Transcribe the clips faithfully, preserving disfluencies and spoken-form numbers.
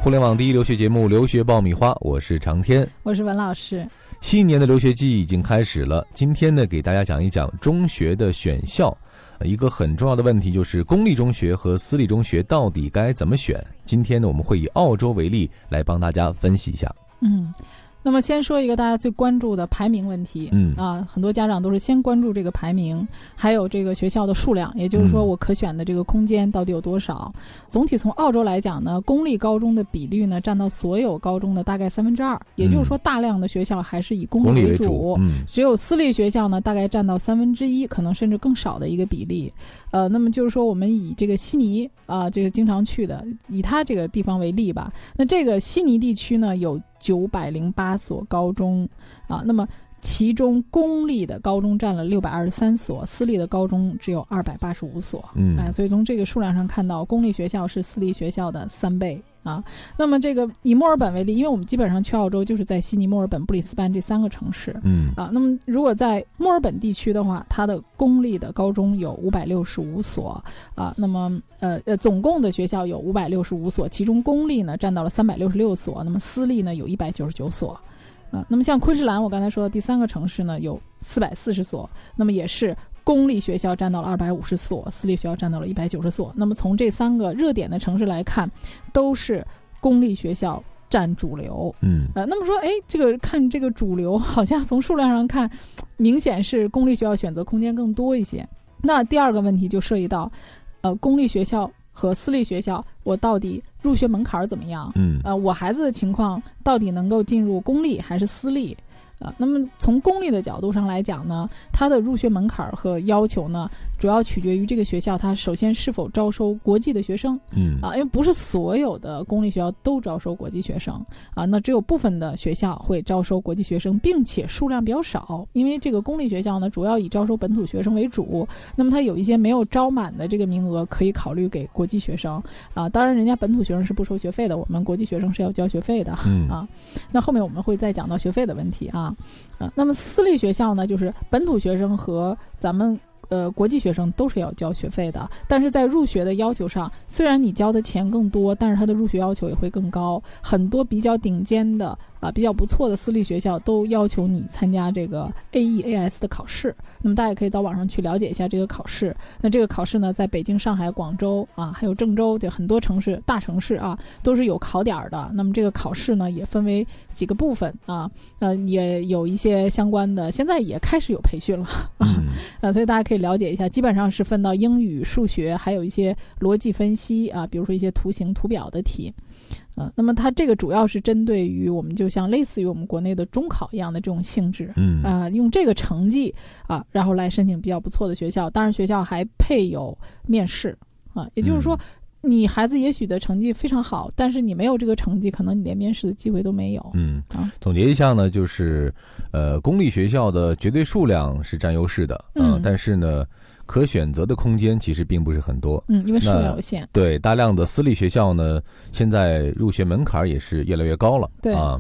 互联网第一留学节目《留学爆米花》，我是长天， 我是文老师。 新一年的留学季已经开始了，今天呢，给大家讲一讲中学的选校。一个很重要的问题就是公立中学和私立中学到底该怎么选？今天呢，我们会以澳洲为例来帮大家分析一下。 嗯。那么先说一个大家最关注的排名问题，嗯啊，很多家长都是先关注这个排名，还有这个学校的数量，也就是说我可选的这个空间到底有多少。嗯、总体从澳洲来讲呢，公立高中的比率呢占到所有高中的大概三分之二，也就是说大量的学校还是以公立为主， 公立为主嗯、 只有私立学校呢大概占到三分之一，可能甚至更少的一个比例。呃，那么就是说我们以这个悉尼啊、呃，这个经常去的，以它这个地方为例吧，那这个悉尼地区呢有九百零八所高中啊，那么其中公立的高中占了六百二十三所，私立的高中只有二百八十五所。嗯，哎，所以从这个数量上看到，公立学校是私立学校的三倍啊。那么这个以墨尔本为例，因为我们基本上去澳洲就是在悉尼、墨尔本、布里斯班这三个城市。嗯，啊，那么如果在墨尔本地区的话，它的公立的高中有五百六十五所啊，那么呃呃，总共的学校有五百六十五所，其中公立呢占到了三百六十六所，那么私立呢有一百九十九所。啊，那么像昆士兰，我刚才说的第三个城市呢，有四百四十所，那么也是公立学校占到了二百五十所，私立学校占到了一百九十所。那么从这三个热点的城市来看，都是公立学校占主流。嗯，呃，那么说，哎，这个看这个主流，好像从数量上看，明显是公立学校选择空间更多一些。那第二个问题就涉及到，呃，公立学校和私立学校，我到底入学门槛怎么样？嗯，呃，我孩子的情况到底能够进入公立还是私立？呃，那么从公立的角度上来讲呢，它的入学门槛和要求呢，主要取决于这个学校它首先是否招收国际的学生。嗯，啊，因为不是所有的公立学校都招收国际学生啊，那只有部分的学校会招收国际学生，并且数量比较少。因为这个公立学校呢，主要以招收本土学生为主，那么它有一些没有招满的这个名额，可以考虑给国际学生啊。当然，人家本土学生是不收学费的，我们国际学生是要交学费的。嗯啊，那后面我们会再讲到学费的问题啊。啊，那么私立学校呢，就是本土学生和咱们呃国际学生都是要交学费的，但是在入学的要求上，虽然你交的钱更多，但是它的入学要求也会更高。很多比较顶尖的啊、呃、比较不错的私立学校都要求你参加这个 A E A S 的考试。那么大家可以到网上去了解一下这个考试。那这个考试呢，在北京、上海、广州啊，还有郑州，就很多城市大城市啊，都是有考点的。那么这个考试呢，也分为几个部分啊，呃，也有一些相关的，现在也开始有培训了啊，呃，所以大家可以了解一下，基本上是分到英语、数学，还有一些逻辑分析啊，比如说一些图形、图表的题。呃，那么它这个主要是针对于我们就像类似于我们国内的中考一样的这种性质，嗯啊、呃，用这个成绩啊，然后来申请比较不错的学校。当然，学校还配有面试啊，也就是说，你孩子也许的成绩非常好，但是你没有这个成绩，可能你连面试的机会都没有。嗯啊， 总结一下呢，就是呃，公立学校的绝对数量是占优势的，呃、嗯，但是呢，可选择的空间其实并不是很多， 嗯，因为数量有限。 对，大量的私立学校呢，现在入学门槛也是越来越高了。 对啊。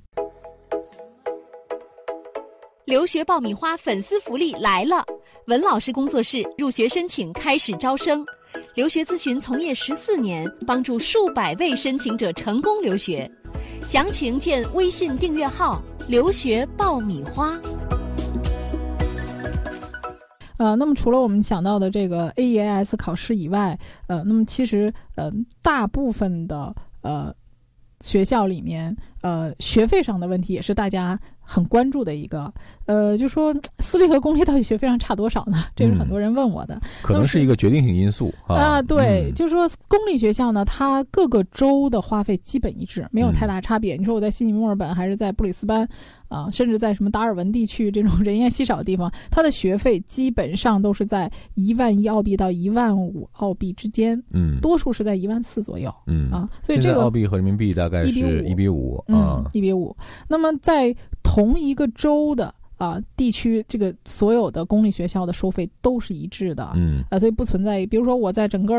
留学爆米花粉丝福利来了！文老师工作室入学申请开始招生，留学咨询从业十四年，帮助数百位申请者成功留学。详情见微信订阅号“留学爆米花”。 呃，那么除了我们讲到的这个 A E A S 考试以外，呃，那么其实呃大部分的呃学校里面，呃学费上的问题也是大家很关注的一个，呃，就说私立和公立到底学费上差多少呢？这是很多人问我的，嗯、 可能是一个决定性因素啊。 啊对，嗯、就是说公立学校呢，它各个州的花费基本一致，没有太大差别。嗯、你说我在悉尼、墨尔本还是在布里斯班啊，甚至在什么达尔文地区这种人烟稀少的地方，它的学费基本上都是在一万一澳币到一万五澳币之间，嗯，多数是在一万四左右，嗯啊，所以这个澳币和人民币大概是一比五啊，一比五。那么在同一个州的啊地区，这个所有的公立学校的收费都是一致的，嗯啊，所以不存在，比如说我在整个的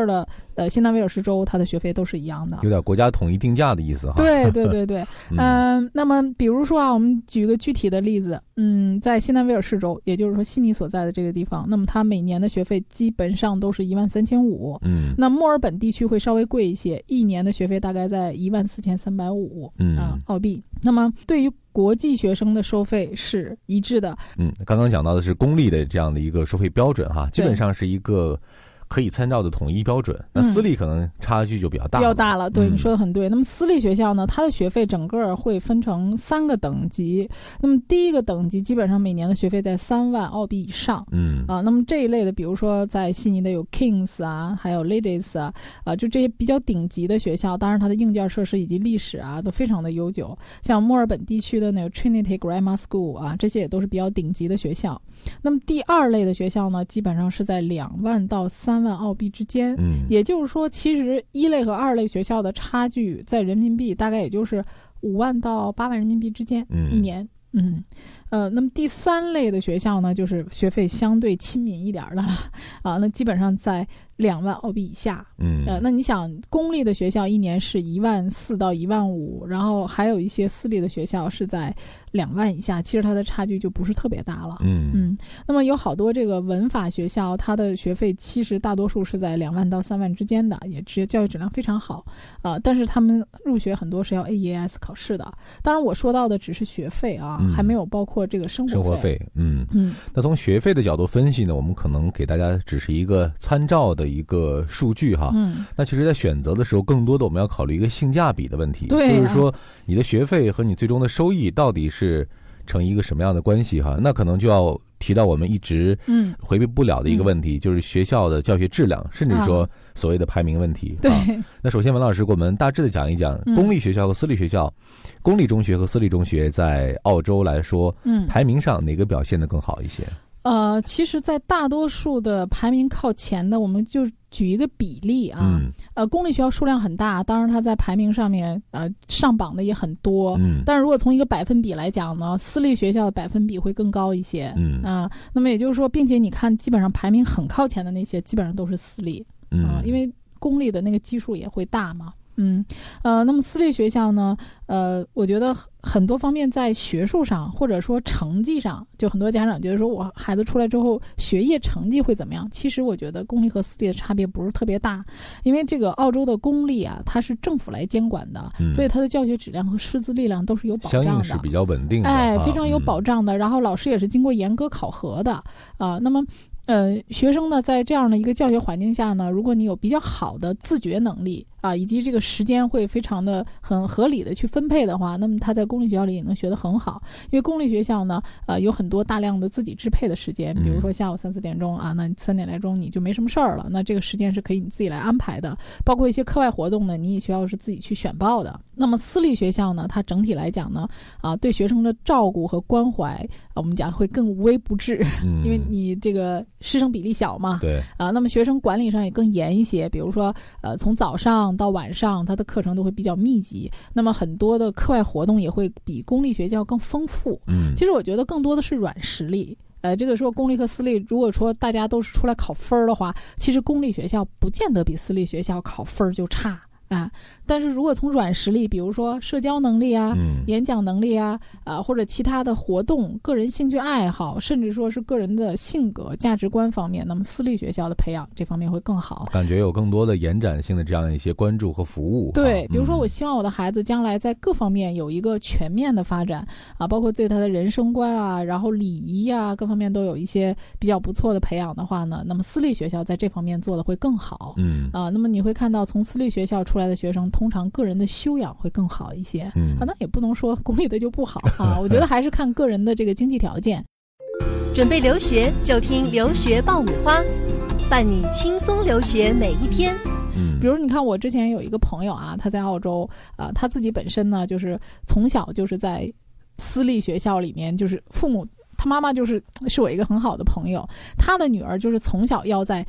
呃新南威尔士州它的学费都是一样的， 有点国家统一定价的意思哈。 对对对对，嗯、呃，那么比如说啊，我们举个具体的例子，嗯，在新南威尔士州，也就是说悉尼所在的这个地方，那么它每年的学费基本上都是一万三千五，嗯，那墨尔本地区会稍微贵一些，一年的学费大概在一万四千三百五，嗯啊澳币。那么对于国际学生的收费是一致的。 嗯，刚刚讲到的是公立的这样的一个收费标准哈，基本上是一个可以参照的统一标准。那私立可能差距就比较大了， 比较大了。对，你说的很对。那么私立学校呢，它的学费整个会分成三个等级。那么第一个等级基本上每年的学费在三万澳币以上。嗯啊，那么这一类的，比如说在悉尼的有 Kings 啊，还有 Ladies 啊，啊，就这些比较顶级的学校，当然它的硬件设施以及历史啊都非常的悠久。像墨尔本地区的那个 Trinity Grammar School 啊，这些也都是比较顶级的学校。那么第二类的学校呢，基本上是在两万到三万澳币之间。嗯，也就是说，其实一类和二类学校的差距在人民币大概也就是五万到八万人民币之间，嗯，一年。嗯，呃，那么第三类的学校呢，就是学费相对亲民一点的了啊，那基本上在两万澳币以下。嗯，呃，那你想，公立的学校一年是一万四到一万五，然后还有一些私立的学校是在两万以下，其实它的差距就不是特别大了。嗯嗯，那么有好多这个文法学校，它的学费其实大多数是在两万到三万之间的，也职业教育质量非常好啊、呃。但是他们入学很多是要 A E S 考试的。当然，我说到的只是学费啊。嗯、还没有包括这个生活费。 生活费，嗯嗯。那从学费的角度分析呢，我们可能给大家只是一个参照的一个数据哈。嗯。那其实，在选择的时候，更多的我们要考虑一个性价比的问题。 对、啊。 就是说，你的学费和你最终的收益到底是成一个什么样的关系哈？那可能就要提到我们一直嗯回避不了的一个问题，嗯、就是学校的教学质量，甚至说所谓的排名问题。 对、 啊。那首先，文老师给我们大致的讲一讲公立学校和私立学校。嗯公立中学和私立中学在澳洲来说，嗯，排名上哪个表现得更好一些？ 呃，其实，在大多数的排名靠前的，我们就举一个比例啊，嗯、呃，公立学校数量很大，当然它在排名上面呃上榜的也很多，嗯，但是如果从一个百分比来讲呢，私立学校的百分比会更高一些，嗯啊、呃，那么也就是说，并且你看，基本上排名很靠前的那些，基本上都是私立，嗯、呃，因为公立的那个基数也会大嘛。嗯，呃，那么私立学校呢，呃，我觉得很多方面在学术上或者说成绩上，就很多家长觉得说我孩子出来之后学业成绩会怎么样？其实我觉得公立和私立的差别不是特别大，因为这个澳洲的公立啊，它是政府来监管的，嗯、所以它的教学质量和师资力量都是有保障的， 相应是比较稳定的， 哎，非常有保障的。嗯、然后老师也是经过严格考核的啊、呃。那么。呃，学生呢，在这样的一个教学环境下呢，如果你有比较好的自觉能力啊，以及这个时间会非常的很合理的去分配的话，那么他在公立学校里也能学得很好。因为公立学校呢，呃，有很多大量的自己支配的时间，比如说下午三四点钟啊，那三点来钟你就没什么事儿了，那这个时间是可以你自己来安排的。包括一些课外活动呢，你也需要是自己去选报的。那么私立学校呢，它整体来讲呢，啊，对学生的照顾和关怀，啊，我们讲会更无微不至，嗯、因为你这个师生比例小嘛， 对啊，那么学生管理上也更严一些，比如说呃，从早上到晚上，他的课程都会比较密集，那么很多的课外活动也会比公立学校更丰富。嗯，其实我觉得更多的是软实力。呃，这个说公立和私立，如果说大家都是出来考分的话，其实公立学校不见得比私立学校考分就差。啊，但是如果从软实力，比如说社交能力啊、嗯、演讲能力啊，啊或者其他的活动、个人兴趣爱好，甚至说是个人的性格、价值观方面，那么私立学校的培养这方面会更好， 感觉有更多的延展性的这样一些关注和服务。 对，比如说我希望我的孩子将来在各方面有一个全面的发展啊，包括对他的人生观啊，然后礼仪啊，各方面都有一些比较不错的培养的话呢，那么私立学校在这方面做的会更好。嗯啊，那么你会看到从私立学校出来的学生通常个人的修养会更好一些，嗯，啊，那也不能说公立的就不好啊，我觉得还是看个人的这个经济条件。 准备留学就听留学爆米花，伴你轻松留学每一天。 嗯，比如你看我之前有一个朋友啊，他在澳洲啊、呃，他自己本身呢就是从小就是在私立学校里面，就是父母。他妈妈就是是我一个很好的朋友，他的女儿就是从小要在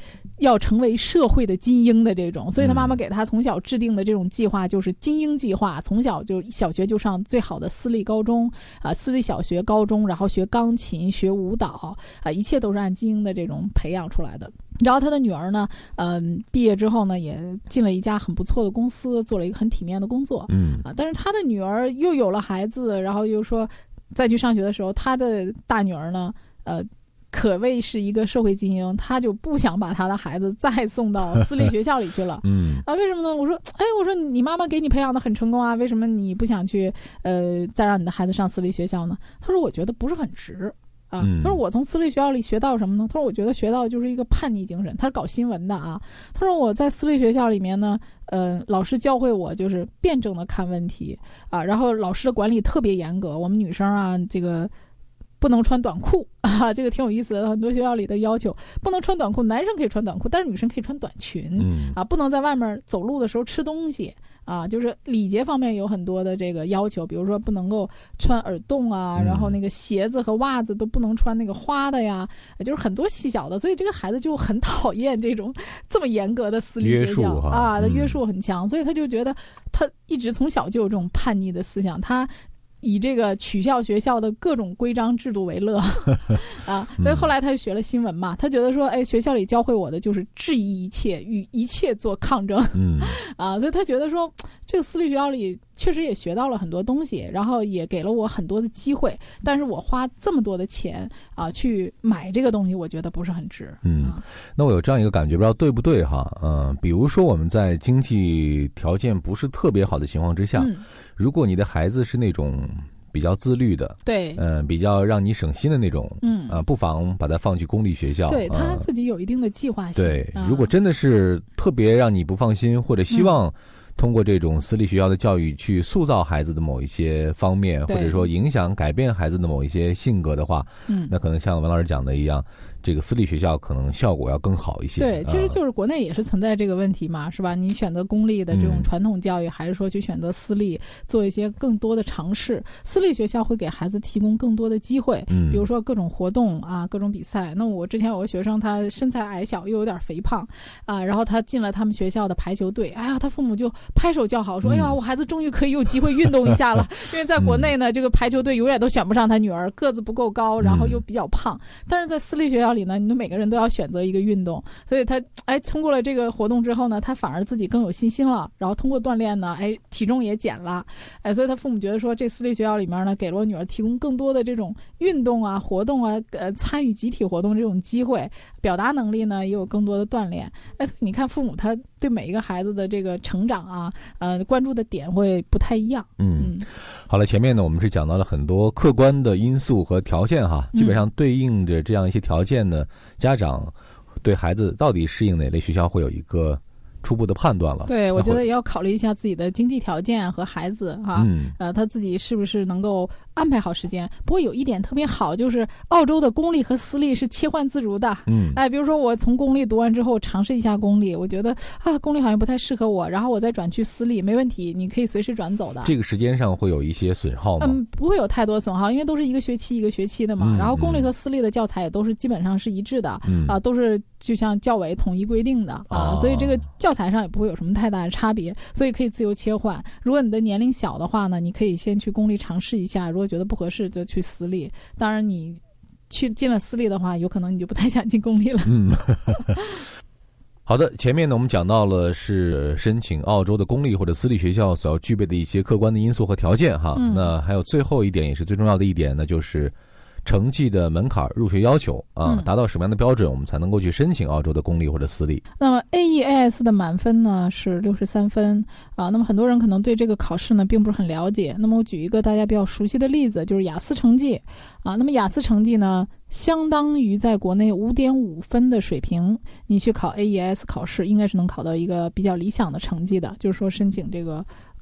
要成为社会的精英的这种，所以他妈妈给他从小制定的这种计划就是精英计划，从小就小学就上最好的私立高中啊、呃，私立小学、高中，然后学钢琴、学舞蹈啊、呃，一切都是按精英的这种培养出来的。然后他的女儿呢，嗯、呃，毕业之后呢，也进了一家很不错的公司，做了一个很体面的工作， 嗯啊，但是他的女儿又有了孩子，然后又说再去上学的时候，他的大女儿呢，呃。可谓是一个社会精英，他就不想把他的孩子再送到私立学校里去了。 嗯啊，为什么呢？我说，哎，我说你妈妈给你培养的很成功啊，为什么你不想去呃再让你的孩子上私立学校呢？他说，我觉得不是很值。啊，他说我从私立学校里学到什么呢？他说我觉得学到就是一个叛逆精神。他是搞新闻的啊。他说我在私立学校里面呢，呃，老师教会我就是辩证的看问题啊，然后老师的管理特别严格，我们女生啊，这个。不能穿短裤啊，这个挺有意思的。很多学校里的要求，不能穿短裤，男生可以穿短裤，但是女生可以穿短裙、 嗯、 啊，不能在外面走路的时候吃东西啊，就是礼节方面有很多的这个要求，比如说不能够穿耳洞啊，然后那个鞋子和袜子都不能穿那个花的呀，就是很多细小的，所以这个孩子就很讨厌这种这么严格的私立学校啊，他约束很强、嗯，所以他就觉得他一直从小就有这种叛逆的思想，他。以这个取笑学校的各种规章制度为乐啊，所以后来他就学了新闻嘛，他觉得说，哎，学校里教会我的就是质疑一切，与一切做抗争，嗯，啊，所以他觉得说，这个私立学校里确实也学到了很多东西，然后也给了我很多的机会，但是我花这么多的钱啊去买这个东西，我觉得不是很值。 嗯， 啊、 那我有这样一个感觉，不知道对不对哈？嗯、呃，比如说我们在经济条件不是特别好的情况之下。嗯，如果你的孩子是那种比较自律的，对，嗯、呃，比较让你省心的那种，嗯，啊、呃，不妨把他放去公立学校， 对、呃、他自己有一定的计划性。 对、啊，如果真的是特别让你不放心，或者希望通过这种私立学校的教育去塑造孩子的某一些方面，或者说影响改变孩子的某一些性格的话，嗯，那可能像文老师讲的一样。这个私立学校可能效果要更好一些。 对，其实就是国内也是存在这个问题嘛，是吧？你选择公立的这种传统教育，嗯、还是说去选择私立，做一些更多的尝试？私立学校会给孩子提供更多的机会，嗯、比如说各种活动啊，各种比赛。那我之前有个学生，他身材矮小又有点肥胖啊，然后他进了他们学校的排球队，哎呀，他父母就拍手叫好，说：“哎呀，我孩子终于可以有机会运动一下了。”因为在国内呢，这个排球队永远都选不上他女儿，个子不够高，然后又比较胖。但是在私立学校里呢，你们每个人都要选择一个运动，所以他哎通过了这个活动之后呢，他反而自己更有信心了，然后通过锻炼呢，哎体重也减了，哎，所以他父母觉得说这私立学校里面呢，给了我女儿提供更多的这种运动啊、活动啊、呃参与集体活动这种机会，表达能力呢也有更多的锻炼。哎，所以你看父母他对每一个孩子的这个成长啊，呃关注的点会不太一样。 嗯，嗯好了，前面呢我们是讲到了很多客观的因素和条件哈，基本上对应着这样一些条件呢。嗯家长对孩子到底适应哪类学校会有一个初步的判断了。 对，我觉得也要考虑一下自己的经济条件和孩子哈、啊嗯，呃，他自己是不是能够安排好时间。不过有一点特别好，就是澳洲的公立和私立是切换自如的。嗯，哎，比如说我从公立读完之后尝试一下公立，我觉得啊，公立好像不太适合我，然后我再转去私立，没问题，你可以随时转走的。 这个时间上会有一些损耗吗？ 嗯，不会有太多损耗，因为都是一个学期一个学期的嘛。嗯、然后公立和私立的教材也都是基本上是一致的，嗯、啊，都是就像教委统一规定的啊，啊所以这个教材上也不会有什么太大的差别，所以可以自由切换。如果你的年龄小的话呢，你可以先去公立尝试一下，如果觉得不合适就去私立。当然你去进了私立的话，有可能你就不太想进公立了。 嗯，好的，前面呢我们讲到了是申请澳洲的公立或者私立学校所要具备的一些客观的因素和条件哈、嗯。那还有最后一点也是最重要的一点呢，就是成绩的门槛入学要求啊，达到什么样的标准，我们才能够去申请澳洲的公立或者私立？ 那么 A E A S 的满分呢是六十三分啊。那么很多人可能对这个考试呢并不是很了解。那么我举一个大家比较熟悉的例子，就是雅思成绩啊。那么雅思成绩呢，相当于在国内 五点五 分的水平，你去考 A E A S 考试，应该是能考到一个比较理想的成绩的，就是说申请这个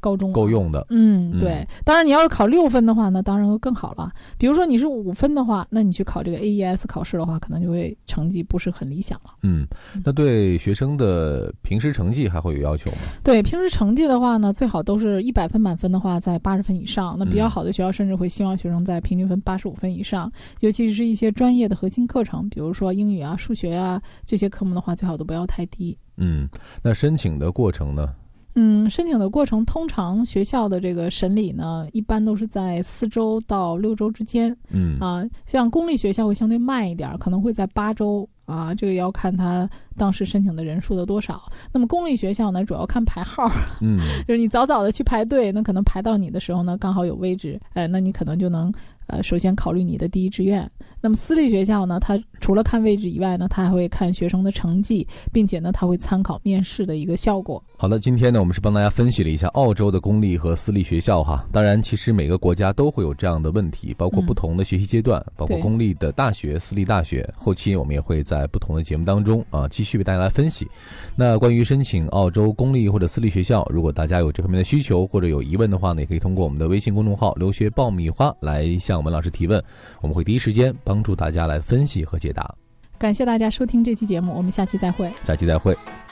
高中够用的。 嗯，对。当然，你要是考六分的话呢，当然更好了。比如说你是五分的话，那你去考这个 A E S 考试的话，可能就会成绩不是很理想了。 嗯，那对学生的平时成绩还会有要求吗？ 对，平时成绩的话呢，最好都是一百分满分的话，在八十分以上。那比较好的学校甚至会希望学生在平均分八十五分以上，尤其是一些专业的核心课程，比如说英语啊、数学啊这些科目的话，最好都不要太低。 嗯，那申请的过程呢？ 嗯，申请的过程通常学校的这个审理呢，一般都是在四周到六周之间。 嗯啊，像公立学校会相对慢一点，可能会在八周啊，这个要看他当时申请的人数的多少。那么公立学校呢，主要看排号， 嗯， 就是你早早的去排队，那可能排到你的时候呢，刚好有位置，哎，那你可能就能呃首先考虑你的第一志愿。那么私立学校呢，它除了看位置以外呢，它还会看学生的成绩，并且呢，它会参考面试的一个效果。 好的，今天呢，我们是帮大家分析了一下澳洲的公立和私立学校哈。当然，其实每个国家都会有这样的问题，包括不同的学习阶段，嗯、包括公立的大学、私立大学。后期我们也会在不同的节目当中啊，继续为大家来分析。那关于申请澳洲公立或者私立学校，如果大家有这方面的需求或者有疑问的话呢，也可以通过我们的微信公众号“留学爆米花”来向文老师提问，我们会第一时间帮助大家来分析和解答。 感谢大家收听这期节目，我们下期再会。 下期再会。